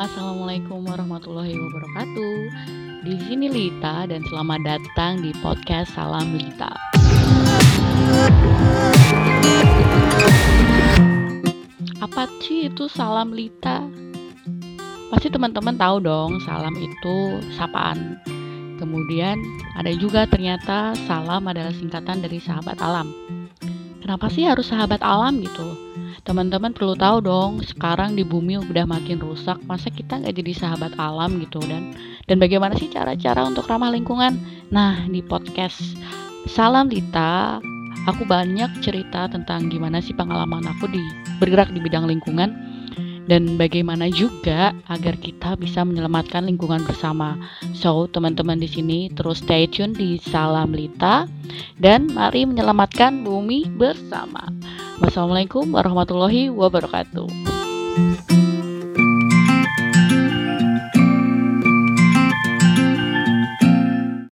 Assalamualaikum warahmatullahi wabarakatuh. Di sini Lita dan selamat datang di podcast Salam Lita. Apa sih itu Salam Lita? Pasti teman-teman tahu dong, salam itu sapaan. Kemudian ada juga ternyata salam adalah singkatan dari sahabat alam. Kenapa sih harus sahabat alam gitu? Teman-teman perlu tahu dong, sekarang di bumi udah makin rusak, masa kita nggak jadi sahabat alam gitu, dan bagaimana sih cara-cara untuk ramah lingkungan? Nah, di podcast Salam Lita, aku banyak cerita tentang gimana sih pengalaman aku bergerak di bidang lingkungan, dan bagaimana juga agar kita bisa menyelamatkan lingkungan bersama. So, teman-teman di sini terus stay tune di Salam Lita, dan mari menyelamatkan bumi bersama. Wassalamualaikum warahmatullahi wabarakatuh.